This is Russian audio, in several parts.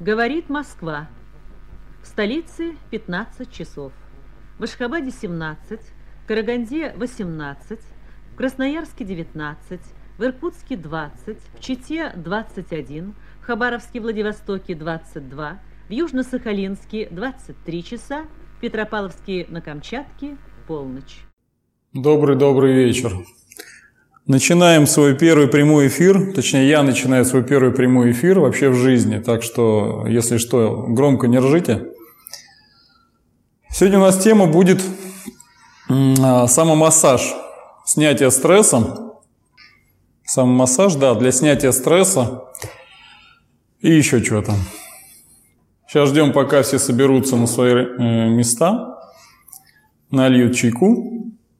Говорит Москва. В столице 15 часов. В Ашхабаде 17, в Караганде 18, в Красноярске 19, в Иркутске 20, в Чите 21, в Хабаровске, Владивостоке 22, в Южно-Сахалинске 23 часа, в Петропавловске на Камчатке полночь. Добрый вечер. Начинаем свой первый прямой эфир, точнее, я начинаю свой первый прямой эфир вообще в жизни, так что, если что, громко не ржите. Сегодня у нас тема будет самомассаж, снятие стресса. Самомассаж, да, для снятия стресса и еще что-то. Сейчас ждем, пока все соберутся на свои места, нальют чайку.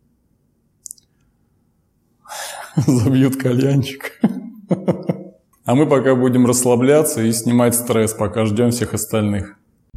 Забьют кальянчик. А мы пока будем расслабляться и снимать стресс, пока ждем всех остальных.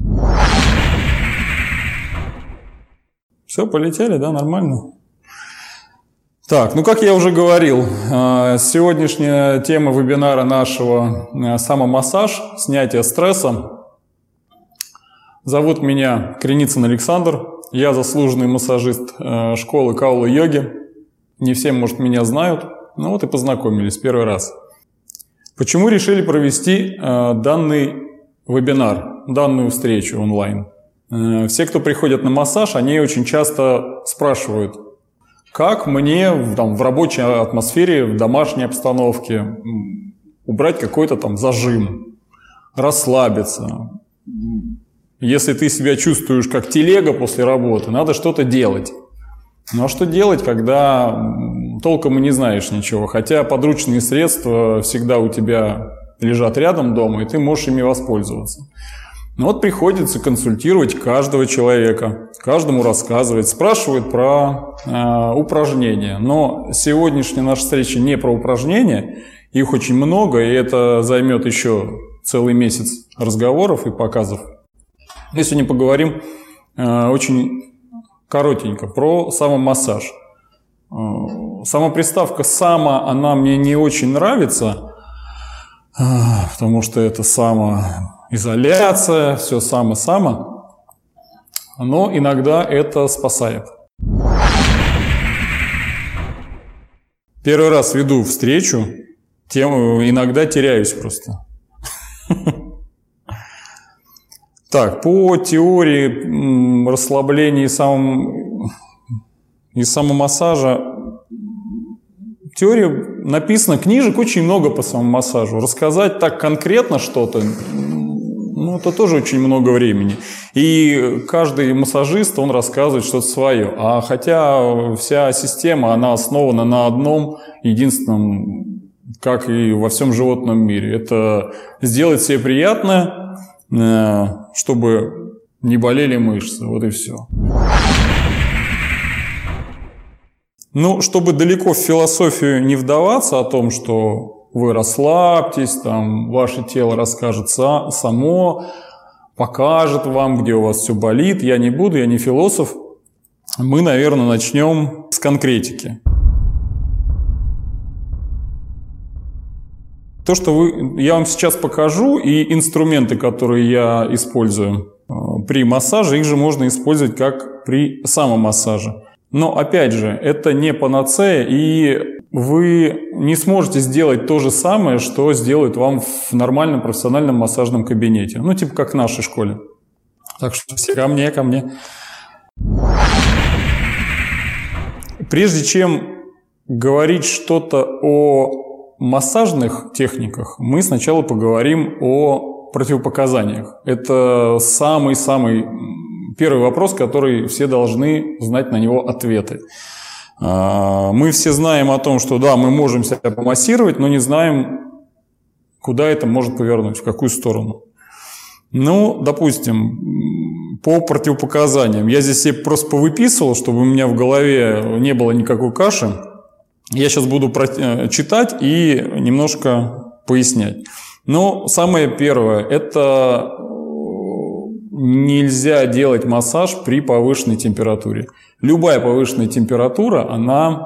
Все, полетели, да, нормально? Так, ну как я уже говорил, сегодняшняя тема вебинара нашего самомассаж, снятие стресса. Зовут меня Креницын Александр, я заслуженный массажист школы Каула-йоги. Не все, может, меня знают, но вот и познакомились первый раз. Почему решили провести данный вебинар, данную встречу онлайн? Все, кто приходят на массаж, они очень часто спрашивают, как мне в рабочей атмосфере, в домашней обстановке убрать какой-то там зажим, расслабиться. Если ты себя чувствуешь как телега после работы, надо что-то делать. Ну а что делать, когда толком и не знаешь ничего? Хотя подручные средства всегда у тебя лежат рядом дома, и ты можешь ими воспользоваться. Но вот приходится консультировать каждого человека, каждому рассказывать, спрашивают про упражнения. Но сегодняшняя наша встреча не про упражнения, их очень много, и это займет еще целый месяц разговоров и показов. Мы сегодня поговорим очень коротенько про самомассаж. Сама приставка «само», она мне не очень нравится, потому что это самоизоляция, все само-само, но иногда это спасает. Первый раз веду встречу, иногда теряюсь просто. Так, по теории расслабления и самомассажа, теория написана, книжек очень много по самомассажу. Рассказать так конкретно что-то, ну, это тоже очень много времени. И каждый массажист, он рассказывает что-то свое. А хотя вся система, она основана на одном единственном, как и во всем животном мире. Это сделать себе приятное, чтобы не болели мышцы. Вот и все. Ну, чтобы далеко в философию не вдаваться о том, что вы расслабьтесь, там, ваше тело расскажет само, покажет вам, где у вас все болит. Я не буду, я не философ. Мы, наверное, начнем с конкретики. То, что я вам сейчас покажу, и инструменты, которые я использую при массаже, их же можно использовать как при самомассаже. Но, опять же, это не панацея, и вы не сможете сделать то же самое, что сделают вам в нормальном профессиональном массажном кабинете. Ну, типа как в нашей школе. Так что все ко мне. Прежде чем говорить что-то о массажных техниках, мы сначала поговорим о противопоказаниях. Это самый-самый первый вопрос, который все должны знать на него ответы. Мы все знаем о том, что да, мы можем себя помассировать, но не знаем, куда это может повернуть, в какую сторону. Ну, допустим, по противопоказаниям. Я здесь себе просто повыписывал, чтобы у меня в голове не было никакой каши. Я сейчас буду читать и немножко пояснять. Но самое первое – это нельзя делать массаж при повышенной температуре. Любая повышенная температура, она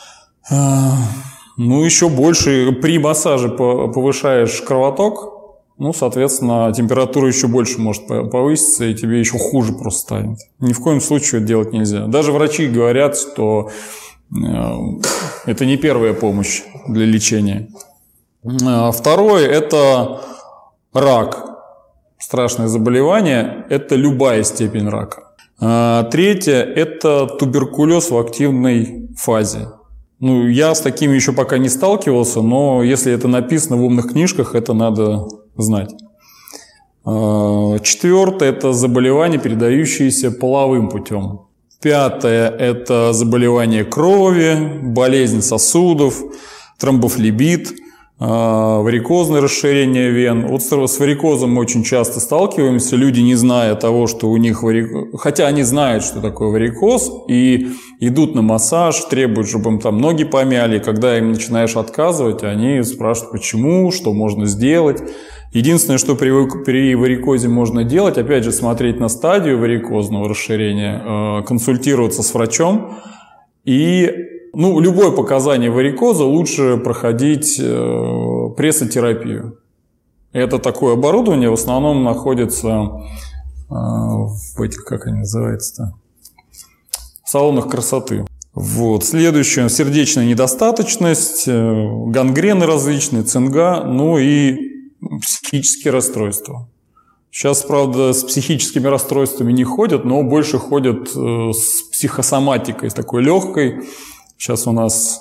еще больше при массаже повышаешь кровоток, ну, соответственно, температура еще больше может повыситься, и тебе еще хуже просто станет. Ни в коем случае это делать нельзя. Даже врачи говорят, что это не первая помощь для лечения. Второе – это рак. Страшное заболевание – это любая степень рака. Третье – это туберкулез в активной фазе. Ну, я с таким еще пока не сталкивался, но если это написано в умных книжках, это надо знать. Четвертое – это заболевание, передающееся половым путем. Пятое – это заболевание крови, болезнь сосудов, тромбофлебит, варикозное расширение вен. Вот с варикозом мы очень часто сталкиваемся. Люди, не зная того, что у них варикоз, хотя они знают, что такое варикоз, и идут на массаж, требуют, чтобы им там ноги помяли. Когда им начинаешь отказывать, они спрашивают, почему, что можно сделать. Единственное, что при варикозе можно делать, опять же, смотреть на стадию варикозного расширения, консультироваться с врачом и... Ну, любое показание варикоза лучше проходить прессотерапию. Это такое оборудование в основном находится в этих, как они называются-то, в салонах красоты. Вот. Следующее – сердечная недостаточность, гангрены различные, цинга, ну и психические расстройства. Сейчас, правда, с психическими расстройствами не ходят, но больше ходят с психосоматикой, с такой легкой. Сейчас у нас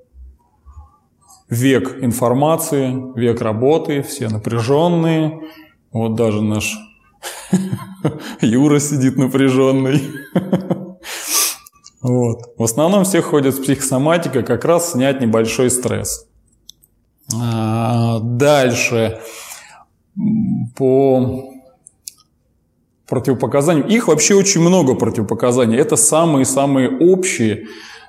век информации, век работы, все напряженные. Вот даже наш Юра сидит напряженный. Вот. В основном все ходят с психосоматикой, как раз снять небольшой стресс. Дальше по противопоказаниям. Их вообще очень много противопоказаний. Это самые-самые общие.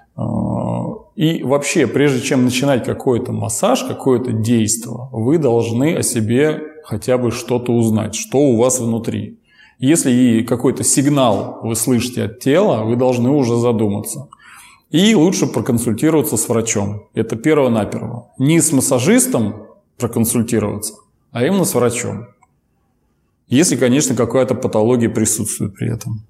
И вообще, прежде чем начинать какой-то массаж, какое-то действие, вы должны о себе хотя бы что-то узнать, что у вас внутри. Если какой-то сигнал вы слышите от тела, вы должны уже задуматься. И лучше проконсультироваться с врачом. Это перво-наперво. Не с массажистом проконсультироваться, а именно с врачом. Если, конечно, какая-то патология присутствует при этом.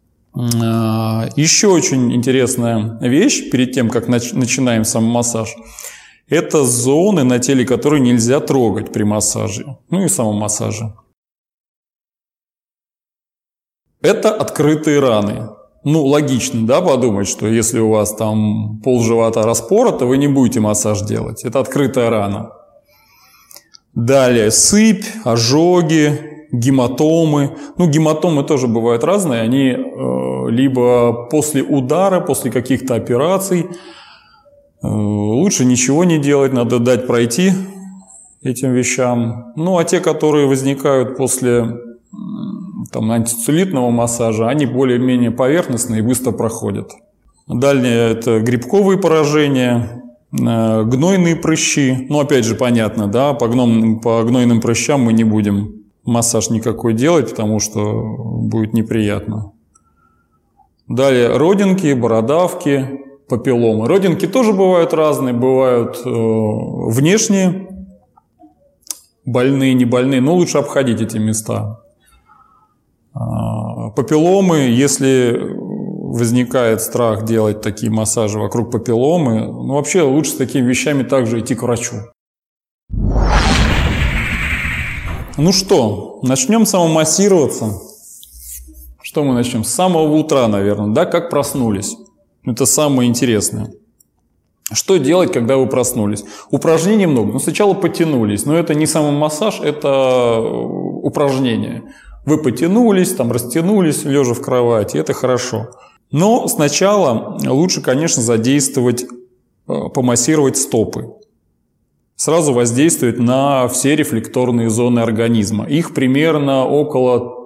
Еще очень интересная вещь, перед тем, как начинаем сам массаж, это зоны на теле, которые нельзя трогать при массаже, ну и самом массаже. Это открытые раны. Ну, логично, да, подумать, что если у вас там полживота распорота, вы не будете массаж делать. Это открытая рана. Далее сыпь, ожоги, гематомы. Ну, гематомы тоже бывают разные. Они либо после удара, после каких-то операций. Лучше ничего не делать, надо дать пройти этим вещам. Ну, а те, которые возникают после там, антицеллюлитного массажа, они более-менее поверхностные и быстро проходят. Далее это грибковые поражения, гнойные прыщи. Ну, опять же, понятно, да, по гнойным прыщам мы не будем массаж никакой делать, потому что будет неприятно. Далее родинки, бородавки, папилломы. Родинки тоже бывают разные, бывают внешние, больные, не больные, но лучше обходить эти места. Папилломы, если возникает страх делать такие массажи вокруг папилломы, ну вообще лучше с такими вещами также идти к врачу. Ну что, начнем самомассироваться. Что мы начнем? С самого утра, наверное, да, как проснулись. Это самое интересное. Что делать, когда вы проснулись? Упражнений много. Ну, сначала потянулись, но это не самомассаж, это упражнение. Вы потянулись, там растянулись, лежа в кровати, это хорошо. Но сначала лучше, конечно, задействовать, помассировать стопы. Сразу воздействовать на все рефлекторные зоны организма. Их примерно около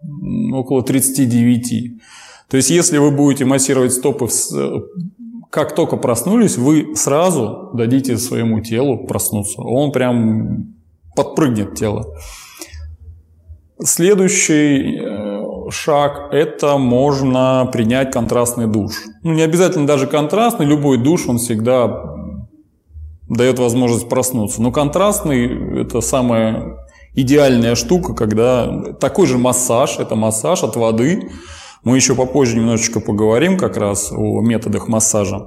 39. То есть, если вы будете массировать стопы, как только проснулись, вы сразу дадите своему телу проснуться. Он прям подпрыгнет тело. Следующий шаг – это можно принять контрастный душ. Ну, не обязательно даже контрастный, любой душ, он всегда дает возможность проснуться. Но контрастный – это самое идеальная штука, когда такой же массаж, это массаж от воды. Мы еще попозже немножечко поговорим как раз о методах массажа.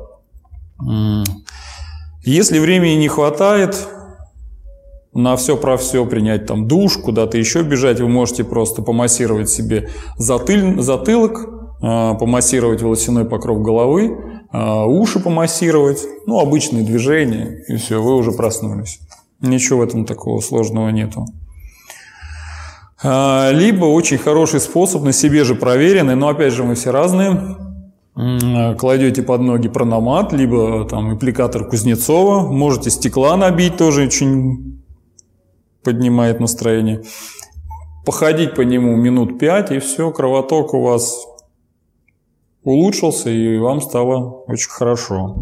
Если времени не хватает на все про все, принять там душ, куда-то еще бежать, вы можете просто помассировать себе затылок, помассировать волосяной покров головы, уши помассировать, ну, обычные движения, и все, вы уже проснулись. Ничего в этом такого сложного нету. Либо очень хороший способ, на себе же проверенный, но опять же мы все разные. Кладете под ноги прономат, либо там аппликатор Кузнецова, можете стекла набить, тоже очень поднимает настроение. Походить по нему минут 5, и все, кровоток у вас улучшился, и вам стало очень хорошо.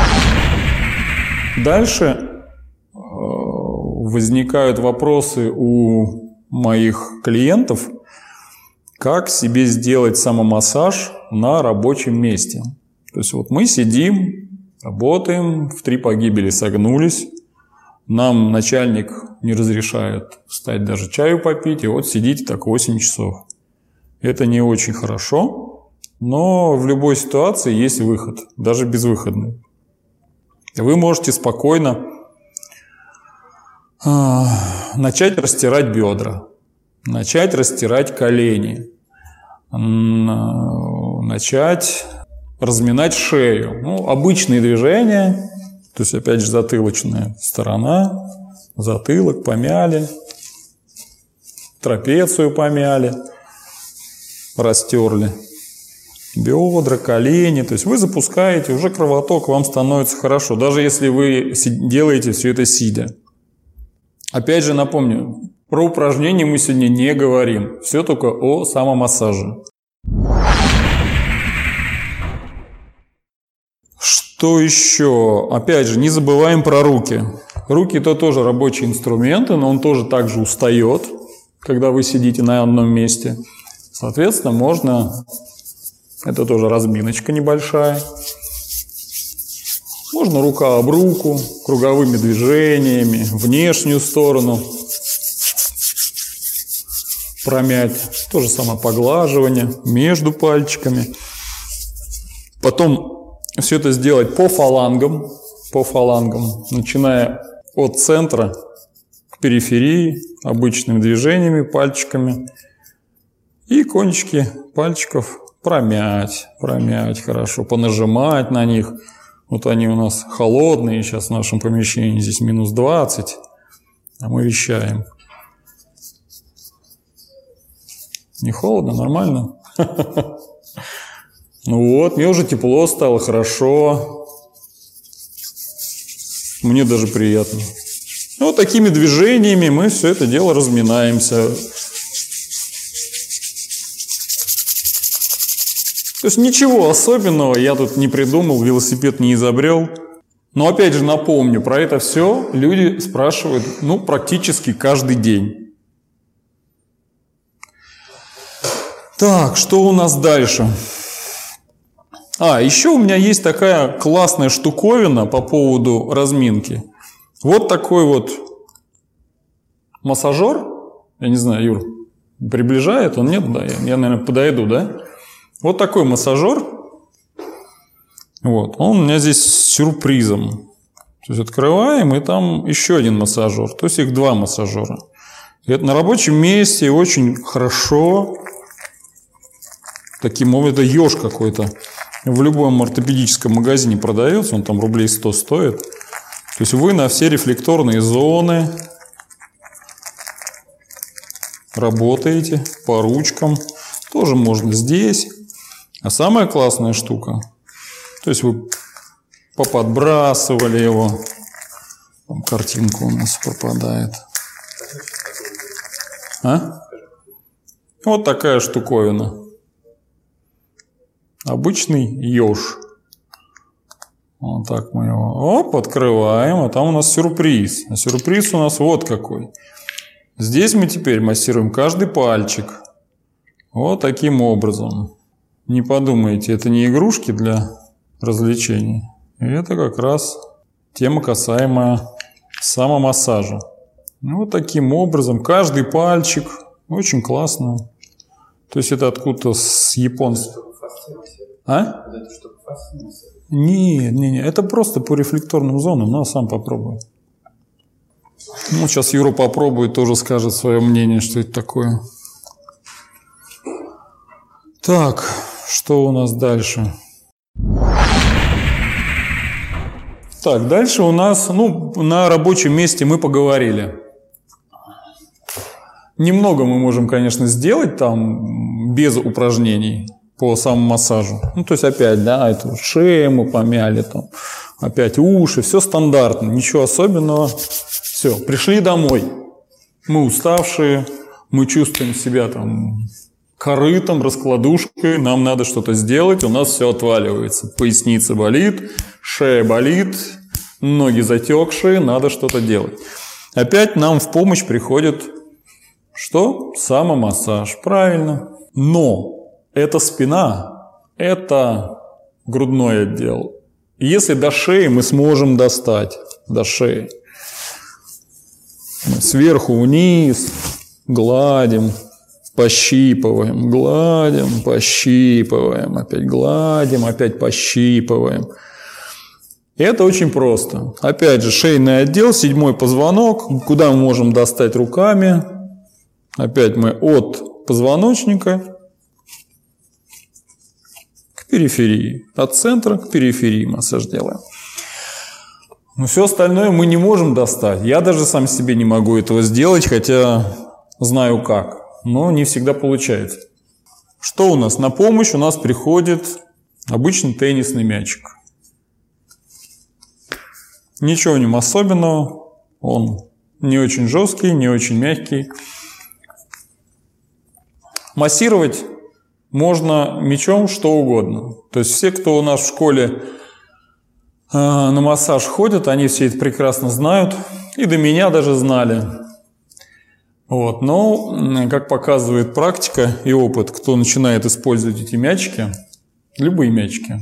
Дальше возникают вопросы у моих клиентов, как себе сделать самомассаж на рабочем месте. То есть вот мы сидим, работаем, в 3 погибели согнулись, нам начальник не разрешает встать даже чаю попить, и вот сидите так 8 часов. Это не очень хорошо, но в любой ситуации есть выход, даже безвыходный. Вы можете спокойно начать растирать бедра, начать растирать колени, начать разминать шею. Ну, обычные движения, то есть, опять же, затылочная сторона, затылок помяли, трапецию помяли, растерли, бедра, колени. То есть, вы запускаете, уже кровоток, вам становится хорошо, даже если вы делаете все это сидя. Опять же напомню, про упражнения мы сегодня не говорим, все только о самомассаже. Что еще? Опять же, не забываем про руки. Руки – это тоже рабочие инструменты, но он тоже так же устает, когда вы сидите на одном месте. Соответственно, можно, это тоже разминочка небольшая. Можно рука об руку, круговыми движениями, внешнюю сторону промять. То же самое поглаживание между пальчиками. Потом все это сделать по фалангам, начиная от центра к периферии, обычными движениями, пальчиками. И кончики пальчиков промять хорошо, понажимать на них. Вот они у нас холодные, сейчас в нашем помещении здесь минус 20, а мы вещаем. Не холодно, нормально? Ну вот, мне уже тепло стало, хорошо. Мне даже приятно. Ну, вот такими движениями мы все это дело разминаемся. То есть ничего особенного я тут не придумал, велосипед не изобрел. Но опять же напомню, про это все люди спрашивают, ну, практически каждый день. Так, что у нас дальше? Еще у меня есть такая классная штуковина по поводу разминки. Вот такой вот массажер. Я не знаю, Юр, приближает он? Нет? Да, я, наверное, подойду, да? Вот такой массажер. Вот. Он у меня здесь с сюрпризом. То есть открываем, и там еще один массажер. То есть их 2 массажера. И это на рабочем месте очень хорошо. Таким образом, это еж какой-то. В любом ортопедическом магазине продается. Он там рублей 100 стоит. То есть вы на все рефлекторные зоны работаете по ручкам. Тоже можно здесь. А самая классная штука, то есть вы поподбрасывали его, там картинка у нас пропадает. Вот такая штуковина. Обычный еж. Вот так мы его открываем, а там у нас сюрприз. А сюрприз у нас вот какой. Здесь мы теперь массируем каждый пальчик. Вот таким образом. Не подумайте, это не игрушки для развлечений. Это как раз тема, касаемая самомассажа. Вот таким образом. Каждый пальчик. Очень классно. То есть это откуда-то с японского. А? Не. Это просто по рефлекторным зонам. Ну, сам попробую. Ну, сейчас Юра попробует, тоже скажет свое мнение, что это такое. Так, что у нас дальше? Так, дальше у нас, на рабочем месте мы поговорили. Немного мы можем, конечно, сделать там без упражнений по самомассажу. То есть опять, эту шею мы помяли, там, опять уши, все стандартно, ничего особенного. Все, пришли домой, мы уставшие, мы чувствуем себя там корытом, раскладушкой, нам надо что-то сделать, у нас все отваливается. Поясница болит, шея болит, ноги затекшие, надо что-то делать. Опять нам в помощь приходит что? Самомассаж, правильно. Но это спина, это грудной отдел. Если до шеи мы сможем достать, до шеи, мы сверху вниз гладим, пощипываем, гладим, пощипываем, опять гладим, опять пощипываем. Это очень просто. Опять же, шейный отдел, 7-й позвонок, куда мы можем достать руками. Опять мы от позвоночника к периферии, от центра к периферии массаж делаем. Но все остальное мы не можем достать. Я даже сам себе не могу этого сделать, хотя знаю как. Но не всегда получается. Что у нас? На помощь у нас приходит обычный теннисный мячик. Ничего в нем особенного. Он не очень жесткий, не очень мягкий. Массировать можно мячом что угодно. То есть все, кто у нас в школе на массаж ходят, они все это прекрасно знают. И до меня даже знали. Вот. Но, как показывает практика и опыт, кто начинает использовать эти мячики, любые мячики,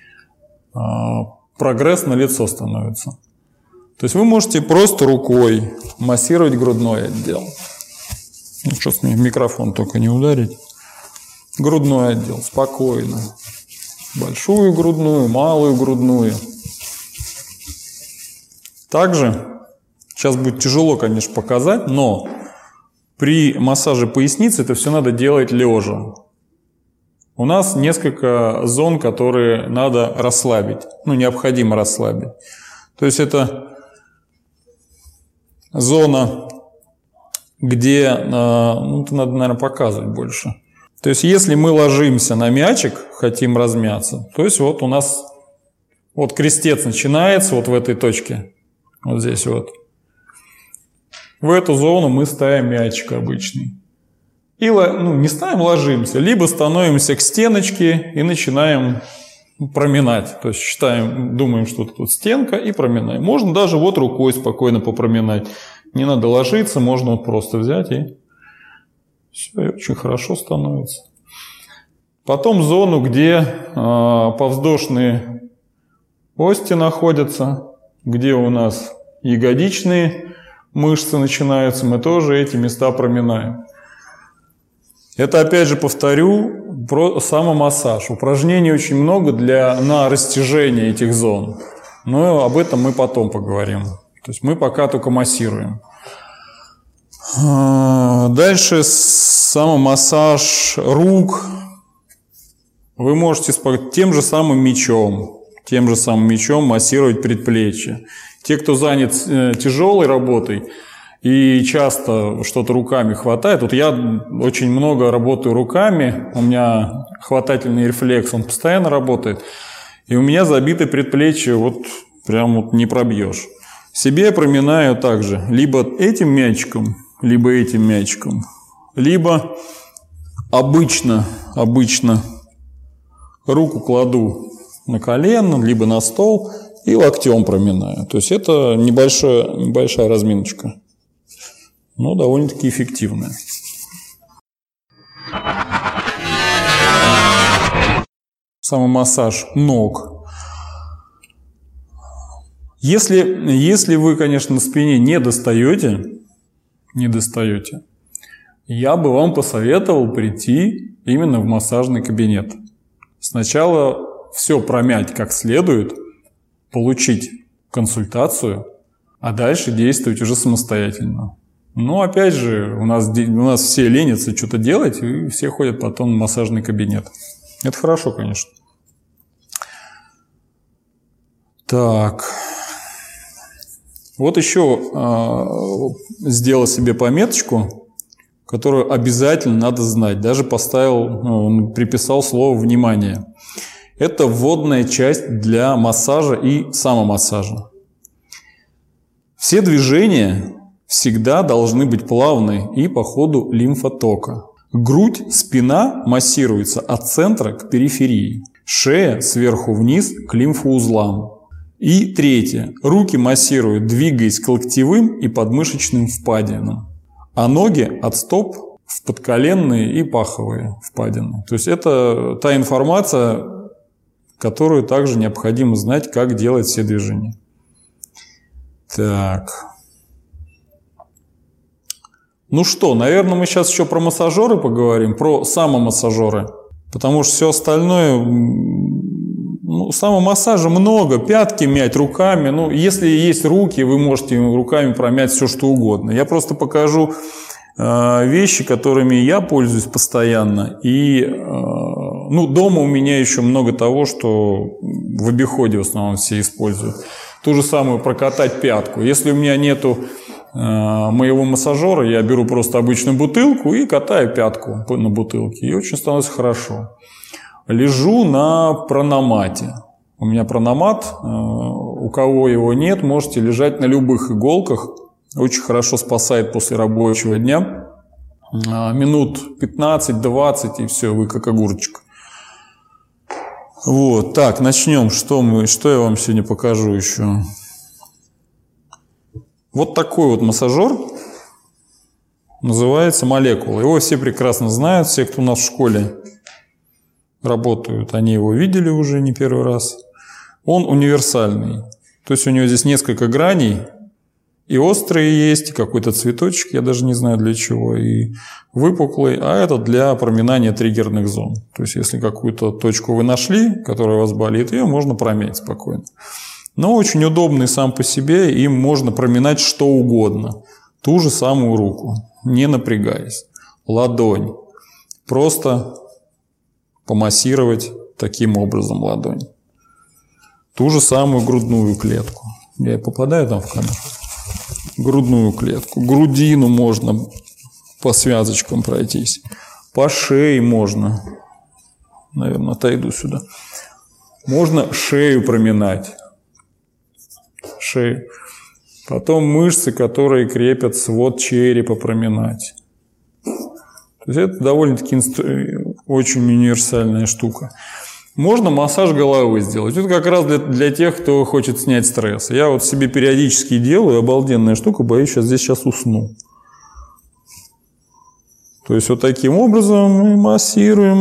прогресс налицо становится. То есть вы можете просто рукой массировать грудной отдел. Сейчас мне в микрофон только не ударить. Грудной отдел, спокойно. Большую грудную, малую грудную. Также, сейчас будет тяжело, конечно, показать, но при массаже поясницы это все надо делать лежа. У нас несколько зон, которые надо расслабить. Необходимо расслабить. То есть это зона, где, это надо, наверное, показывать больше. То есть если мы ложимся на мячик, хотим размяться, то есть вот у нас вот крестец начинается вот в этой точке, вот здесь вот. В эту зону мы ставим мячик обычный. И не ставим, ложимся, либо становимся к стеночке и начинаем проминать. То есть считаем, думаем, что тут стенка, и проминаем. Можно даже вот рукой спокойно попроминать. Не надо ложиться, можно вот просто взять и все, очень хорошо становится. Потом зону, где подвздошные ости находятся, где у нас ягодичные мышцы начинаются, мы тоже эти места проминаем. Это, опять же, повторю, про самомассаж. Упражнений очень много на растяжение этих зон. Но об этом мы потом поговорим. То есть мы пока только массируем. Дальше самомассаж рук. Вы можете тем же самым мячом массировать предплечье. Те, кто занят тяжелой работой и часто что-то руками хватает. Вот я очень много работаю руками, у меня хватательный рефлекс, он постоянно работает. И у меня забитое предплечье вот прям вот не пробьешь. Себе я проминаю также либо этим мячиком, либо этим мячиком, либо обычно руку кладу на колено, либо на стол и локтем проминаю. То есть это небольшая разминочка, но довольно-таки эффективная. Самомассаж ног. Если вы, конечно, на спине не достаете, не достаете, я бы вам посоветовал прийти именно в массажный кабинет. Сначала все промять как следует, получить консультацию, а дальше действовать уже самостоятельно. Но опять же, у нас все ленятся что-то делать, и все ходят потом в массажный кабинет. Это хорошо, конечно. Так. Вот еще сделал себе пометочку, которую обязательно надо знать. Даже приписал слово «внимание». Это вводная часть для массажа и самомассажа. Все движения всегда должны быть плавные и по ходу лимфотока. Грудь, спина массируется от центра к периферии. Шея сверху вниз к лимфоузлам. И третье. Руки массируют, двигаясь к локтевым и подмышечным впадинам. А ноги от стоп в подколенные и паховые впадины. То есть это та информация, которую также необходимо знать, как делать все движения. Так. Ну что, наверное, мы сейчас еще про массажеры поговорим, про самомассажеры. Потому что все остальное, самомассажа много, пятки мять руками. Если есть руки, вы можете руками промять все, что угодно. Я просто покажу вещи, которыми я пользуюсь постоянно. И дома у меня еще много того, что в обиходе в основном все используют. Ту же самую прокатать пятку. Если у меня нету моего массажера, я беру просто обычную бутылку и катаю пятку на бутылке. И очень становится хорошо. Лежу на прономате. У меня прономат. У кого его нет, можете лежать на любых иголках. Очень хорошо спасает после рабочего дня. Минут 15-20 и все, вы как огурчик. Вот, так, начнем. Что я вам сегодня покажу еще? Вот такой вот массажер называется молекула. Его все прекрасно знают, все, кто у нас в школе работают, они его видели уже не первый раз. Он универсальный. То есть у него здесь несколько граней, и острые есть, и какой-то цветочек, я даже не знаю для чего, и выпуклый, а это для проминания триггерных зон. То есть если какую-то точку вы нашли, которая у вас болит, ее можно промять спокойно. Но очень удобный сам по себе, им можно проминать что угодно. Ту же самую руку, не напрягаясь. Ладонь. Просто помассировать таким образом ладонь. Ту же самую грудную клетку. Я попадаю там в камеру? Грудную клетку. Грудину можно по связочкам пройтись. По шее можно. Наверное, отойду сюда. Можно шею проминать. Шею. Потом мышцы, которые крепят свод черепа, проминать. То есть это довольно-таки очень универсальная штука. Можно массаж головы сделать. Это как раз для тех, кто хочет снять стресс. Я вот себе периодически делаю, обалденная штука, боюсь, сейчас усну. То есть вот таким образом мы массируем,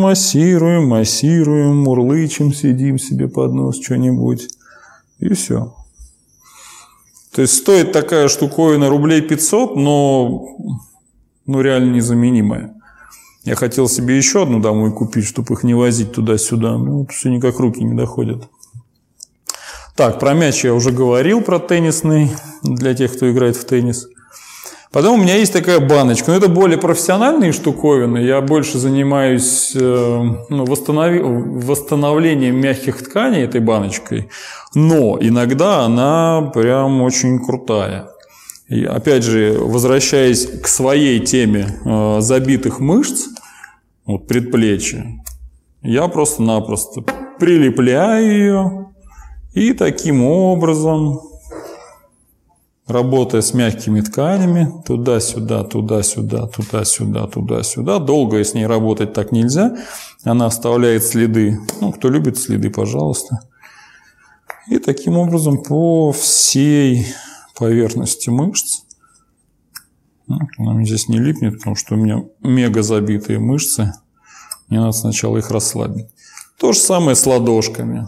мурлычем, сидим себе под нос что-нибудь. И все. То есть стоит такая штуковина рублей 500, но реально незаменимая. Я хотел себе еще одну домой купить, чтобы их не возить туда-сюда. Все никак руки не доходят. Так, про мяч я уже говорил, про теннисный, для тех, кто играет в теннис. Потом у меня есть такая баночка. Это более профессиональные штуковины. Я больше занимаюсь восстановлением мягких тканей этой баночкой. Но иногда она прям очень крутая. И опять же, возвращаясь к своей теме забитых мышц, вот предплечья, я просто-напросто прилепляю ее и таким образом, работая с мягкими тканями, туда-сюда, туда-сюда, туда-сюда, туда-сюда. Долго с ней работать так нельзя. Она оставляет следы. Кто любит следы, пожалуйста. И таким образом по всей поверхности мышц. Она здесь не липнет, потому что у меня мега забитые мышцы. Мне надо сначала их расслабить. То же самое с ладошками.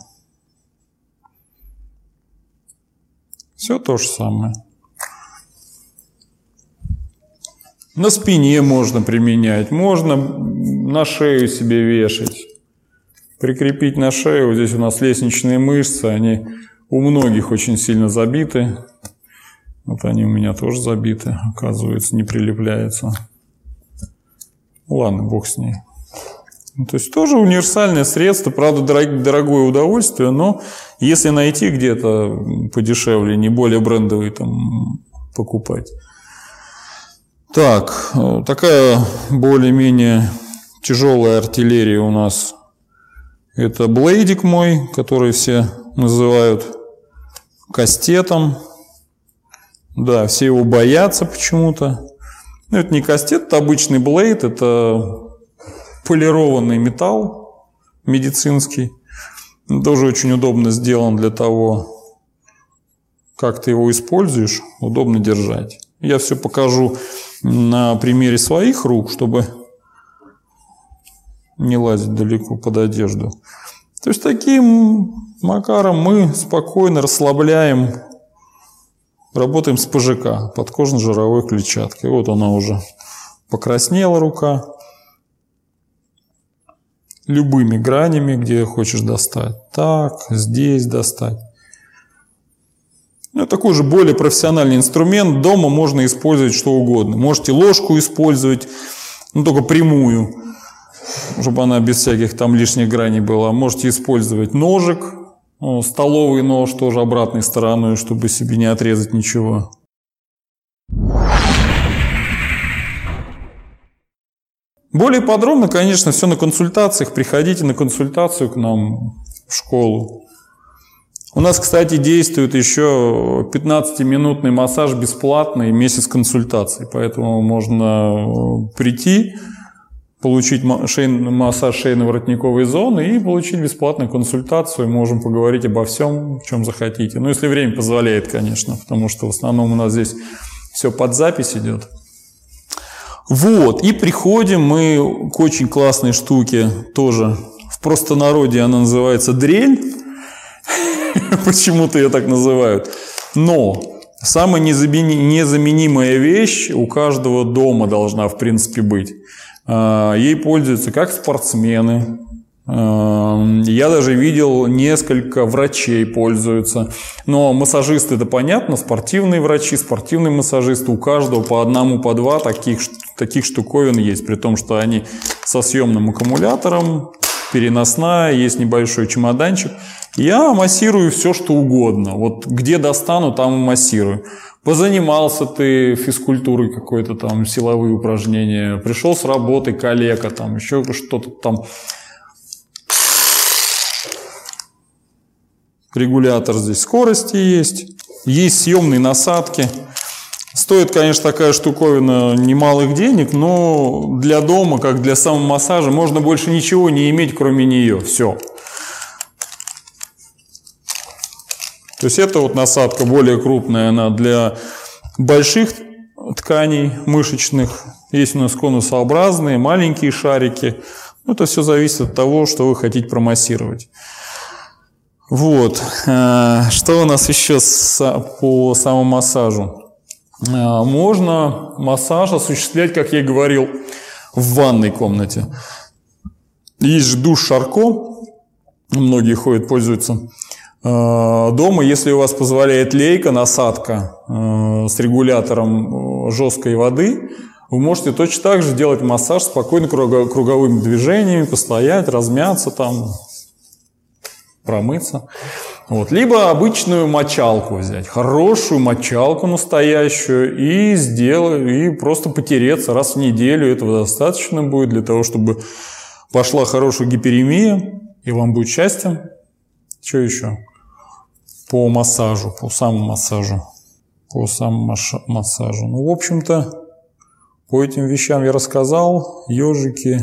Все то же самое. На спине можно применять, можно на шею себе вешать. Прикрепить на шею. Вот здесь у нас лестничные мышцы, они у многих очень сильно забиты. Вот они у меня тоже забиты, оказывается, не прилепляются. Ладно, бог с ней. То есть тоже универсальное средство, правда, дорогое удовольствие, но если найти где-то подешевле, не более брендовый, там, покупать. Так, такая более-менее тяжелая артиллерия у нас. Это блейдик мой, который все называют кастетом. Да, все его боятся почему-то. Но это не кастет, это обычный блейд, это полированный металл медицинский. Тоже очень удобно сделан для того, как ты его используешь, удобно держать. Я все покажу на примере своих рук, чтобы не лазить далеко под одежду. То есть таким макаром мы спокойно расслабляем, работаем с ПЖК, подкожно-жировой клетчаткой. Вот она уже покраснела рука. Любыми гранями, где хочешь достать. Так, здесь достать. Ну, такой же более профессиональный инструмент. Дома можно использовать что угодно. Можете ложку использовать, но только прямую, чтобы она без всяких там лишних граней была. Можете использовать ножик, столовый нож тоже обратной стороной, чтобы себе не отрезать ничего. Более подробно, конечно, все на консультациях. Приходите на консультацию к нам в школу. У нас, кстати, действует еще 15-минутный массаж бесплатный, месяц консультаций. Поэтому можно прийти, получить массаж шейно-воротниковой зоны и получить бесплатную консультацию. Можем поговорить обо всем, о чем захотите. Ну, если время позволяет, конечно, потому что в основном у нас здесь все под запись идет. Вот, и приходим мы к очень классной штуке тоже. В простонародье она называется дрель. Почему-то ее так называют. Но самая незаменимая вещь у каждого дома должна, в принципе, быть. Ей пользуются как спортсмены. Я даже видел, несколько врачей пользуются. Но массажисты, это понятно, спортивные врачи, спортивные массажисты. У каждого по одному, по два таких штуковин есть. При том, что они со съемным аккумулятором, переносная, есть небольшой чемоданчик. Я массирую все, что угодно. Вот где достану, там и массирую. Позанимался ты физкультурой какой-то там, силовые упражнения. Пришел с работы, калека, там еще что-то там. Регулятор здесь скорости есть. Есть съемные насадки. Стоит, конечно, такая штуковина немалых денег, но для дома, как для самомассажа, можно больше ничего не иметь, кроме нее. Все. То есть это вот насадка более крупная, она для больших тканей мышечных. Есть у нас конусообразные, маленькие шарики. Это все зависит от того, что вы хотите промассировать. Вот. Что у нас еще по самомассажу? Можно массаж осуществлять, как я и говорил, в ванной комнате. Есть же душ Шарко. Многие ходят, пользуются. Дома, если у вас позволяет лейка, насадка с регулятором жесткой воды, вы можете точно так же делать массаж спокойно круговыми движениями, постоять, размяться там, промыться. Вот. Либо обычную мочалку взять, хорошую мочалку настоящую и просто потереться раз в неделю. Этого достаточно будет для того, чтобы пошла хорошая гиперемия, и вам будет счастье. Что еще? По массажу, по самомассажу. Ну, в общем-то, по этим вещам я рассказал. Ежики.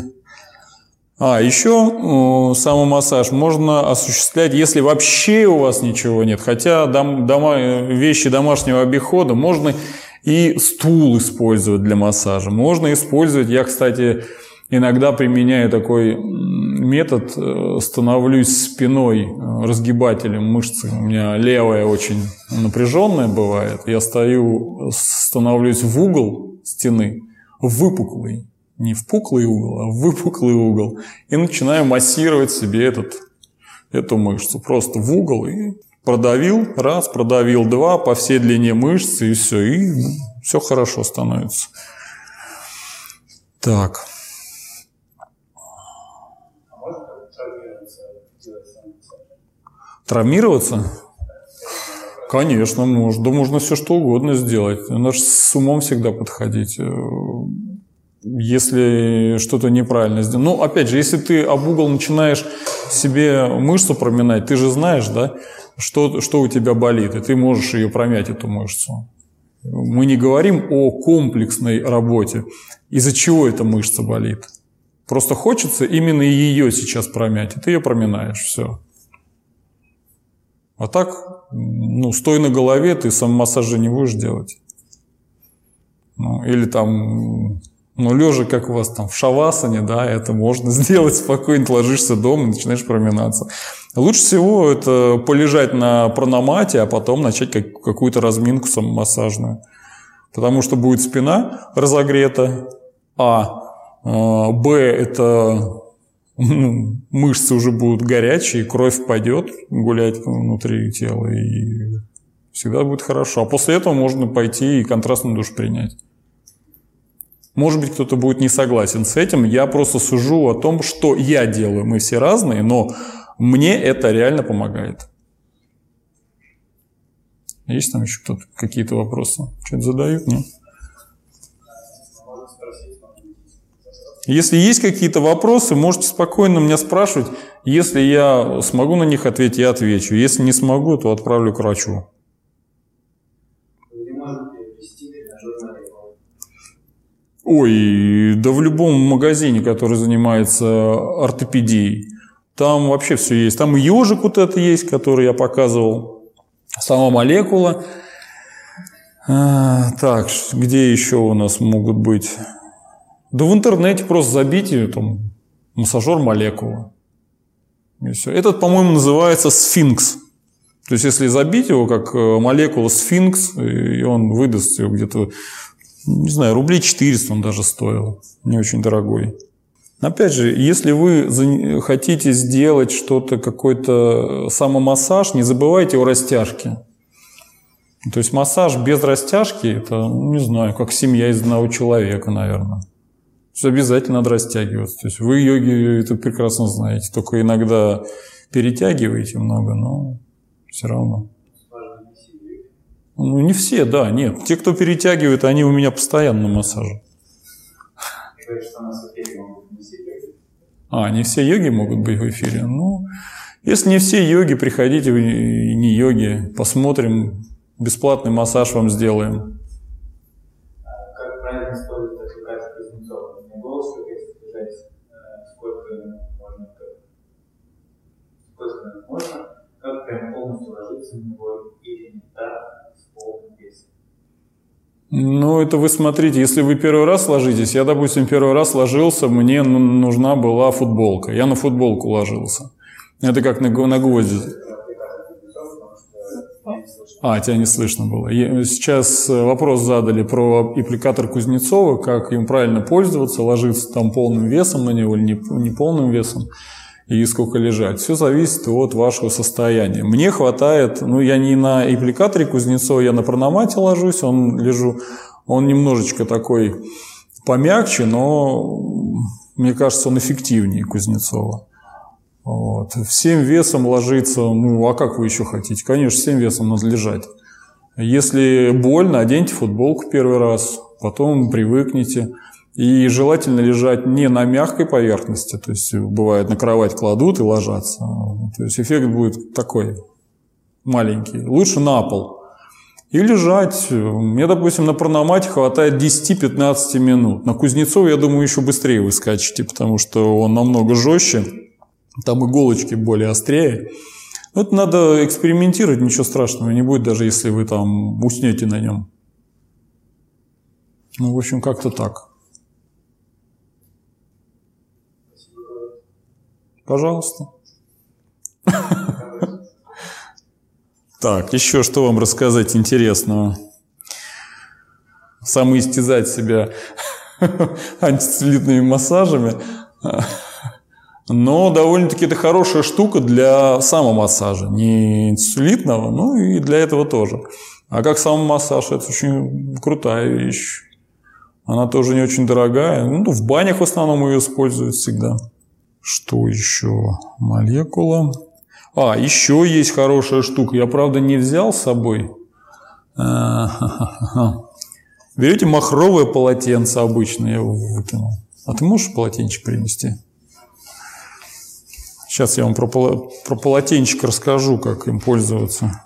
Еще самомассаж можно осуществлять, если вообще у вас ничего нет. Хотя вещи домашнего обихода можно и стул использовать для массажа. Можно использовать, я, кстати, иногда применяю такой метод, становлюсь спиной разгибателем мышцы. У меня левая очень напряженная бывает. Я становлюсь в угол стены, в выпуклый, не в пуклый угол, а в выпуклый угол. И начинаю массировать себе эту мышцу. Просто в угол и продавил, раз, продавил, два, по всей длине мышцы, и все хорошо становится. Так. А можно травмироваться, делать сам массаж? Травмироваться? Конечно, можно. Да можно все что угодно сделать. Надо же с умом всегда подходить. Если что-то неправильно сделано. Ну, опять же, если ты об угол начинаешь себе мышцу проминать, ты же знаешь, да, что у тебя болит, и ты можешь ее промять, эту мышцу. Мы не говорим о комплексной работе. Из-за чего эта мышца болит? Просто хочется именно ее сейчас промять, и ты ее проминаешь, все. А так, стоя на голове, ты самомассаж же не будешь делать. Или там, лежа, как у вас там в шавасане, да, это можно сделать спокойно, ты ложишься дома и начинаешь проминаться. Лучше всего это полежать на прономате, а потом начать какую-то разминку самомассажную. Потому что будет спина разогрета, Б, это мышцы уже будут горячие, кровь пойдет гулять внутри тела, и всегда будет хорошо. А после этого можно пойти и контрастный душ принять. Может быть, кто-то будет не согласен с этим. Я просто сужу о том, что я делаю. Мы все разные, но мне это реально помогает. Есть там еще кто-то какие-то вопросы? Что-то задают? Нет? Если есть какие-то вопросы, можете спокойно меня спрашивать. Если я смогу на них ответить, я отвечу. Если не смогу, то отправлю к врачу. Ой, да в любом магазине, который занимается ортопедией, там вообще все есть. Там и ежик вот это есть, который я показывал. Сама молекула. Так, где еще у нас могут быть? Да в интернете просто забейте там массажер молекула. И все. Этот, по-моему, называется сфинкс. То есть, если забить его как молекула сфинкс, и он выдаст ее где-то, не знаю, рублей 400 он даже стоил. Не очень дорогой. Опять же, если вы хотите сделать что-то, какой-то самомассаж, не забывайте о растяжке. То есть, массаж без растяжки, это, не знаю, как семья из одного человека, наверное. То есть, обязательно надо растягиваться. То есть, вы, йоги, это прекрасно знаете. Только иногда перетягиваете много, но все равно. Не все, да, нет. Те, кто перетягивает, они у меня постоянно на массаже. Не все йоги могут быть в эфире. Если не все йоги, приходите, вы не йоги, посмотрим, бесплатный массаж вам сделаем. Как правильно использовать аппликатор Кузнецова? У меня голос, как если сказать, сколько можно, как прям полностью ложиться на него или не так, с полным весом. Это вы смотрите, если вы первый раз ложитесь, я, допустим, первый раз ложился, мне нужна была футболка, я на футболку ложился. Это как на гвозди. Тебя не слышно было. Сейчас вопрос задали про аппликатор Кузнецова, как им правильно пользоваться, ложиться там полным весом на него или не полным весом, и сколько лежать. Все зависит от вашего состояния. Мне хватает, я не на аппликаторе Кузнецова, я на прономате ложусь, он немножечко такой помягче, но мне кажется, он эффективнее Кузнецова. Всем весом ложиться, а как вы еще хотите? Конечно, всем весом надо лежать. Если больно, оденьте футболку первый раз, потом привыкните. И желательно лежать не на мягкой поверхности, то есть бывает на кровать кладут и ложатся. То есть эффект будет такой маленький. Лучше на пол. И лежать. Мне, допустим, на прономате хватает 10-15 минут. На Кузнецова, я думаю, еще быстрее вы скачете, потому что он намного жестче. Там иголочки более острее. Это надо экспериментировать, ничего страшного не будет, даже если вы там уснете на нем. В общем, как-то так. Пожалуйста. Так, еще что вам рассказать интересного? Самоистязать себя антицеллюлитными массажами. Но довольно-таки это хорошая штука для самомассажа. Не целлюлитного, но и для этого тоже. А как самомассаж, это очень крутая вещь. Она тоже не очень дорогая. Ну, в банях в основном ее используют всегда. Что еще? Молекула. Еще есть хорошая штука. Я, правда, не взял с собой. Берете махровое полотенце обычное, я его выкинул. А ты можешь полотенчик принести? Сейчас я вам про полотенчик расскажу, как им пользоваться.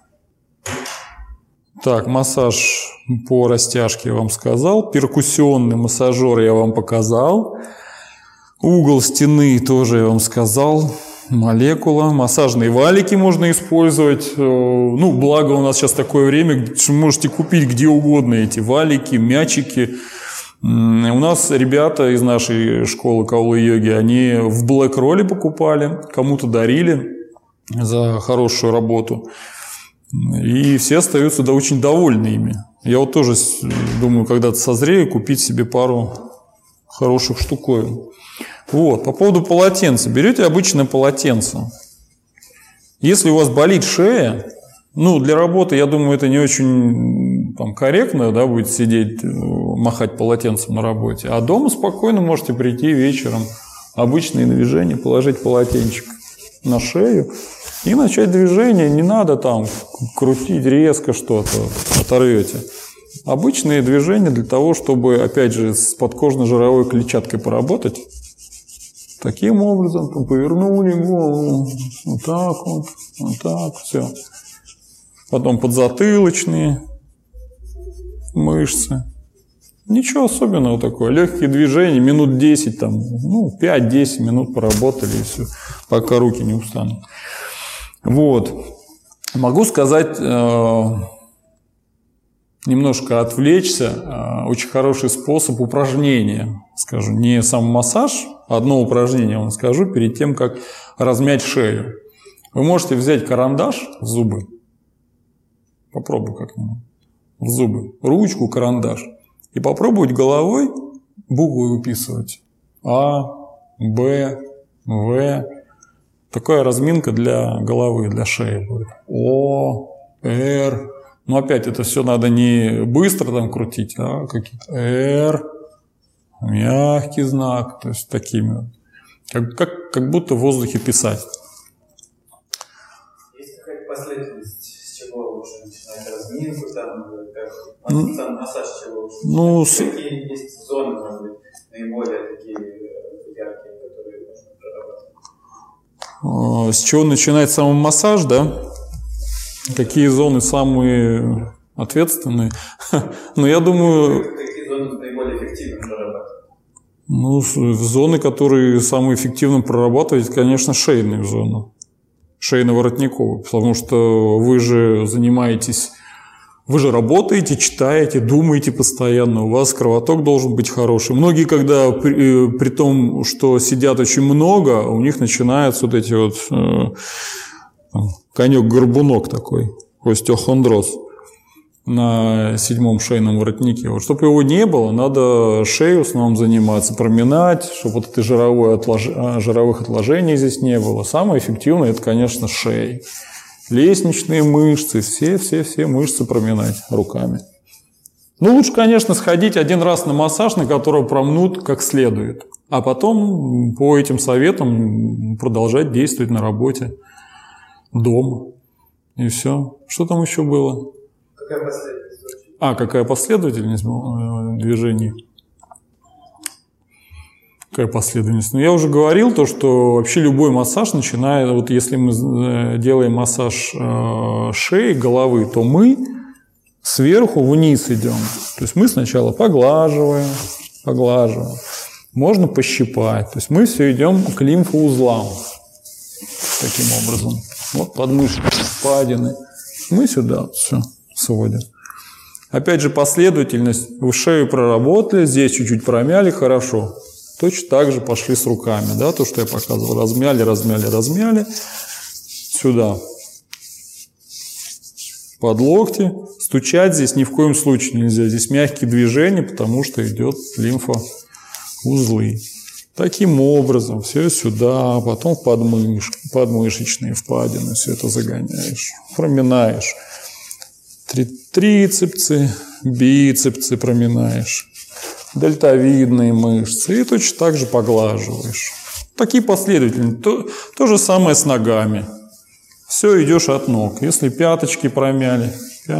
Так, массаж по растяжке я вам сказал. Перкуссионный массажер я вам показал. Угол стены тоже я вам сказал. Молекула. Массажные валики можно использовать. Ну, благо у нас сейчас такое время, что вы можете купить где угодно эти валики, мячики. У нас ребята из нашей школы каулы-йоги, они в Блэк-ролле покупали, кому-то дарили за хорошую работу. И все остаются очень довольны ими. Я вот тоже думаю, когда-то созрею, купить себе пару хороших штуковин. Вот, по поводу полотенца. Берете обычное полотенце. Если у вас болит шея, ну, для работы, я думаю, это не очень там корректно, да, будет сидеть, махать полотенцем на работе. А дома спокойно можете прийти вечером, обычные движения, положить полотенчик на шею и начать движение. Не надо там крутить резко что-то, оторвете. Обычные движения для того, чтобы, опять же, с подкожно-жировой клетчаткой поработать. Таким образом, повернули голову, вот так, все. Потом подзатылочные мышцы. Ничего особенного такого. Легкие движения, минут 10, там, ну, 5-10 минут поработали, и все, пока руки не устанут. Вот. Могу сказать, немножко отвлечься, очень хороший способ упражнения. Скажу, не сам массаж, одно упражнение вам скажу перед тем, как размять шею. Вы можете взять карандаш в зубы. Попробуй как-нибудь. В зубы. Ручку, карандаш. И попробовать головой буквы выписывать. А, Б, В. Такая разминка для головы, для шеи будет. О, Р. Но опять это все надо не быстро там крутить, а какие-то Р. Мягкий знак. То есть такими. Как будто в воздухе писать. Есть какая-то последовательность, с чего лучше начинать разминку, там массаж, с чего лучше начинать? Какие есть зоны, может быть, наиболее такие яркие, которые нужно прорабатывать? С чего начинать самомассаж, да? Какие зоны самые ответственные? Но я думаю... Какие зоны наиболее эффективно прорабатывать? Ну, зоны, которые самые эффективно прорабатывать, конечно, шейные зоны. Шейно-воротниковые. Потому что вы же занимаетесь... Вы же работаете, читаете, думаете постоянно. У вас кровоток должен быть хороший. Многие, когда при том, что сидят очень много, у них начинаются вот эти вот... конек-горбунок такой, остеохондроз на 7-м шейном воротнике. Вот, чтобы его не было, надо шею в основном заниматься, проминать, чтобы вот этой жировых отложений здесь не было. Самое эффективное – это, конечно, шея. Лестничные мышцы, все мышцы проминать руками. Ну, лучше, конечно, сходить один раз на массаж, на который промнут как следует, а потом по этим советам продолжать действовать на работе. Дома. И все. Что там еще было? Какая последовательность? Какая последовательность движений? Какая последовательность? Ну, я уже говорил то, что вообще любой массаж начинает, вот если мы делаем массаж шеи, головы, то мы сверху вниз идем. То есть мы сначала поглаживаем. Можно пощипать. То есть мы все идем к лимфоузлам. Таким образом. Вот подмышки, впадины. Мы сюда все сводим. Опять же, последовательность. Вы шею проработали, здесь чуть-чуть промяли, хорошо. Точно так же пошли с руками. Да, то, что я показывал. Размяли. Сюда. под локти. Стучать здесь ни в коем случае нельзя. Здесь мягкие движения, потому что идет лимфоузлы. Таким образом, все сюда, потом в подмышечные впадины, все это загоняешь, проминаешь. Трицепсы, бицепсы проминаешь, дельтовидные мышцы и точно так же поглаживаешь. Такие последовательные. То же самое с ногами. Все, идешь от ног. Если пяточки промяли,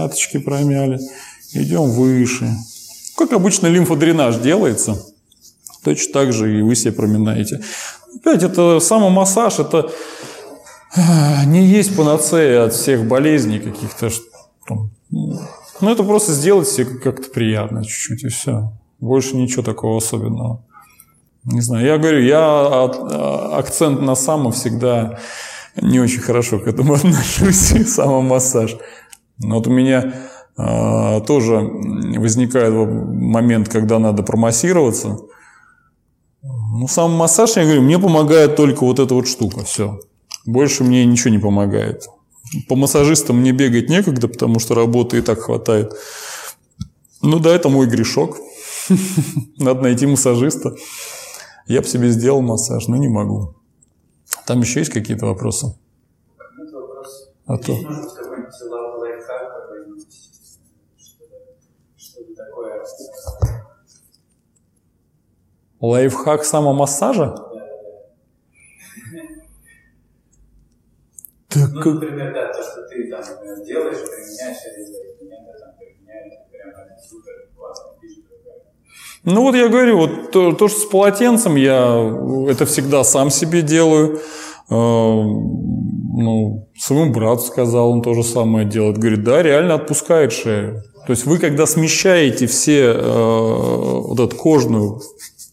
идем выше. Как обычно лимфодренаж делается, точно так же и вы себе проминаете. Опять, это самомассаж, это не есть панацея от всех болезней каких-то. Ну, это просто сделать себе как-то приятно чуть-чуть, и все. Больше ничего такого особенного. Не знаю, я говорю, я акцент на самом всегда не очень хорошо к этому отношусь, самомассаж. Но вот у меня тоже возникает момент, когда надо промассироваться. Ну, самомассаж, я говорю, мне помогает только вот эта вот штука, все. Больше мне ничего не помогает. По массажистам мне бегать некогда, потому что работы и так хватает. Ну да, это мой грешок. Надо найти массажиста. Я бы себе сделал массаж, но не могу. Там еще есть какие-то вопросы? Нет вопросов. А то. Может, какой-нибудь лайфхак, какой-нибудь, что-то такое. Лайфхак самомассажа? Ну, например, да, то, что ты там делаешь, применяешь, или меня там применяют, прям супер классно, фишка такая. Ну вот я говорю, вот то, что с полотенцем я это всегда сам себе делаю. Ну, своему брату сказал, он то же самое делает. Говорит, да, реально отпускает шею. То есть вы, когда смещаете все вот эту кожную,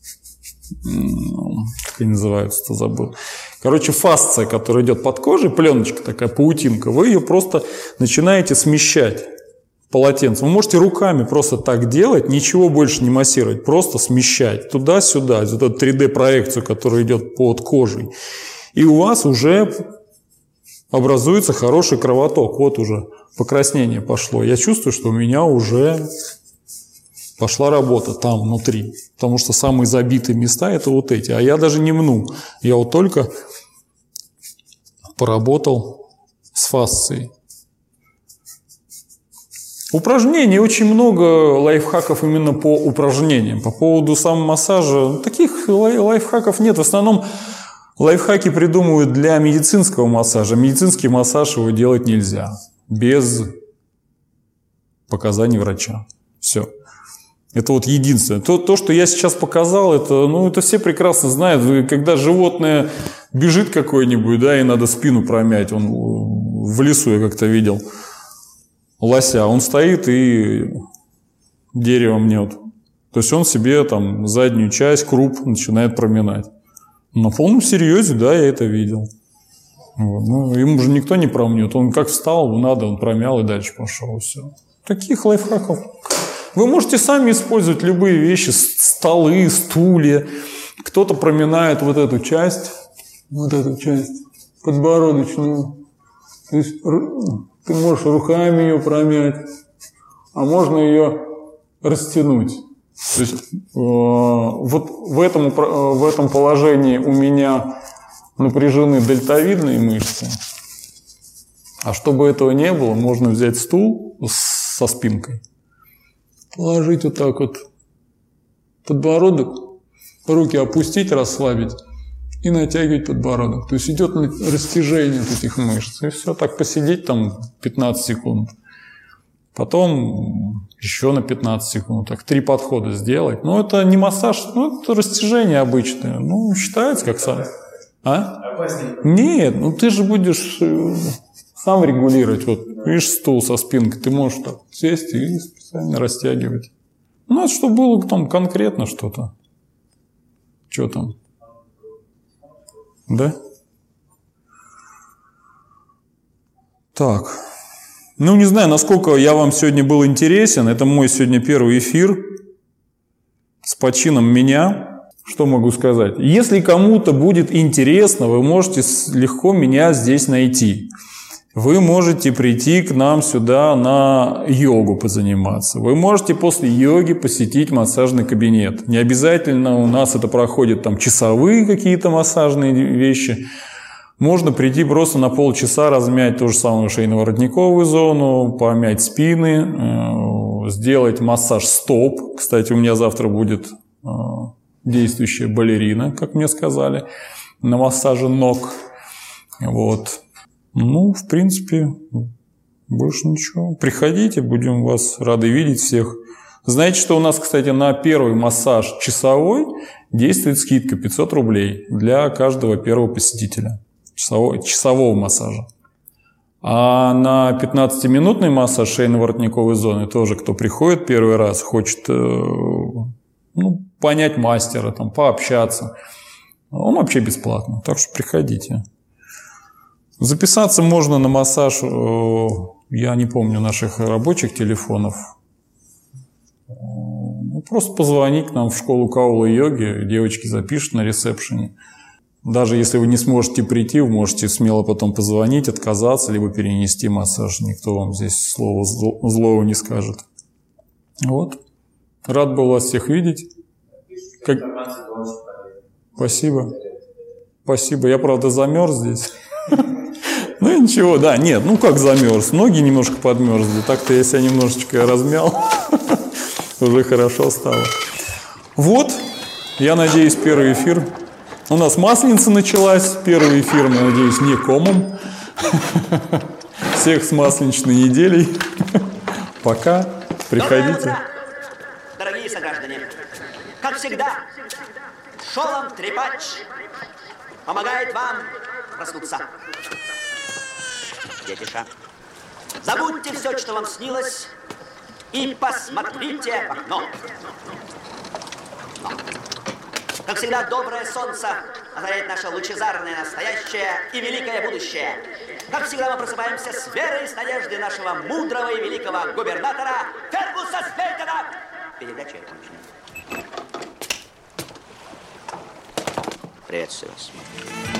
как они называются, забыл. Короче, фасция, которая идет под кожей, пленочка такая, паутинка, вы ее просто начинаете смещать полотенцем. Вы можете руками просто так делать, ничего больше не массировать, просто смещать туда-сюда, вот эту 3D-проекцию, которая идет под кожей. И у вас уже образуется хороший кровоток. Вот уже покраснение пошло. Я чувствую, что у меня уже пошла работа там внутри. Потому что самые забитые места – это вот эти. А я даже не мну. Я вот только поработал с фасцией. Упражнений очень много, лайфхаков именно по упражнениям. По поводу самомассажа таких лайфхаков нет. В основном лайфхаки придумывают для медицинского массажа. Медицинский массаж его делать нельзя без показаний врача. Все. Это вот единственное. То, что я сейчас показал, это все прекрасно знают. Когда животное бежит какое-нибудь, да, и надо спину промять. Он в лесу я как-то видел лося. Он стоит и дерево мнет. То есть он себе там заднюю часть, круп начинает проминать. На полном серьезе, да, я это видел. Вот. Ну, ему же никто не промнет. Он как встал, надо, он промял и дальше пошел. Все. Таких лайфхаков. Вы можете сами использовать любые вещи, столы, стулья. Кто-то проминает вот эту часть, подбородочную. То есть ты можешь руками ее промять, а можно ее растянуть. То есть вот в этом положении у меня напряжены дельтовидные мышцы. А чтобы этого не было, можно взять стул со спинкой, положить вот так вот подбородок, руки опустить, расслабить и натягивать подбородок. То есть идет растяжение этих мышц. И все, так посидеть там 15 секунд. Потом еще на 15 секунд. Так 3 подхода сделать. Ну, это не массаж, ну, это растяжение обычное. Ну, считается как сам. А? Нет, ну ты же будешь сам регулировать. Вот, видишь, стул со спинкой, ты можешь так сесть и специально растягивать. Ну, это чтобы было там конкретно что-то. Что там? Да? Так. Ну, не знаю, насколько я вам сегодня был интересен. Это мой сегодня первый эфир с почином меня. Что могу сказать? Если кому-то будет интересно, вы можете легко меня здесь найти. Вы можете прийти к нам сюда на йогу позаниматься. Вы можете после йоги посетить массажный кабинет. Не обязательно у нас это проходит там часовые какие-то массажные вещи. Можно прийти просто на полчаса, размять ту же самую шейно-воротниковую зону, помять спины, сделать массаж стоп. Кстати, у меня завтра будет действующая балерина, как мне сказали, на массаже ног. Вот. Ну, в принципе, больше ничего. Приходите, будем вас рады видеть всех. Знаете, что у нас, кстати, на первый массаж часовой действует скидка 500 рублей для каждого первого посетителя часового массажа. А на 15-минутный массаж шейно-воротниковой зоны тоже, кто приходит первый раз, хочет понять мастера, там, пообщаться, он вообще бесплатно. Так что приходите. Записаться можно на массаж, я не помню наших рабочих телефонов. Просто позвонить к нам в школу каула-йоги, девочки запишут на ресепшене. Даже если вы не сможете прийти, вы можете смело потом позвонить, отказаться, либо перенести массаж. Никто вам здесь слова злого не скажет. Вот. Рад был вас всех видеть. Спасибо. Спасибо. Я, правда, замерз здесь. Ну ничего, да, нет, как замерз. Ноги немножко подмерзли. Так-то я себя немножечко размял. Уже хорошо стало. Вот, я надеюсь, первый эфир. У нас Масленица началась. Первый эфир, я надеюсь, не комом. Всех с масленичной неделей. Пока. Приходите. Доброе утро, дорогие сограждане. Как всегда, Шолом Трепач помогает вам проснуться. Детиша, забудьте все, что вам снилось, и посмотрите в окно. Как всегда, доброе солнце озаряет наше лучезарное настоящее и великое будущее. Как всегда, мы просыпаемся с верой и с надеждой нашего мудрого и великого губернатора Фергуса Спейтона. Передача окончена. Приветствую вас.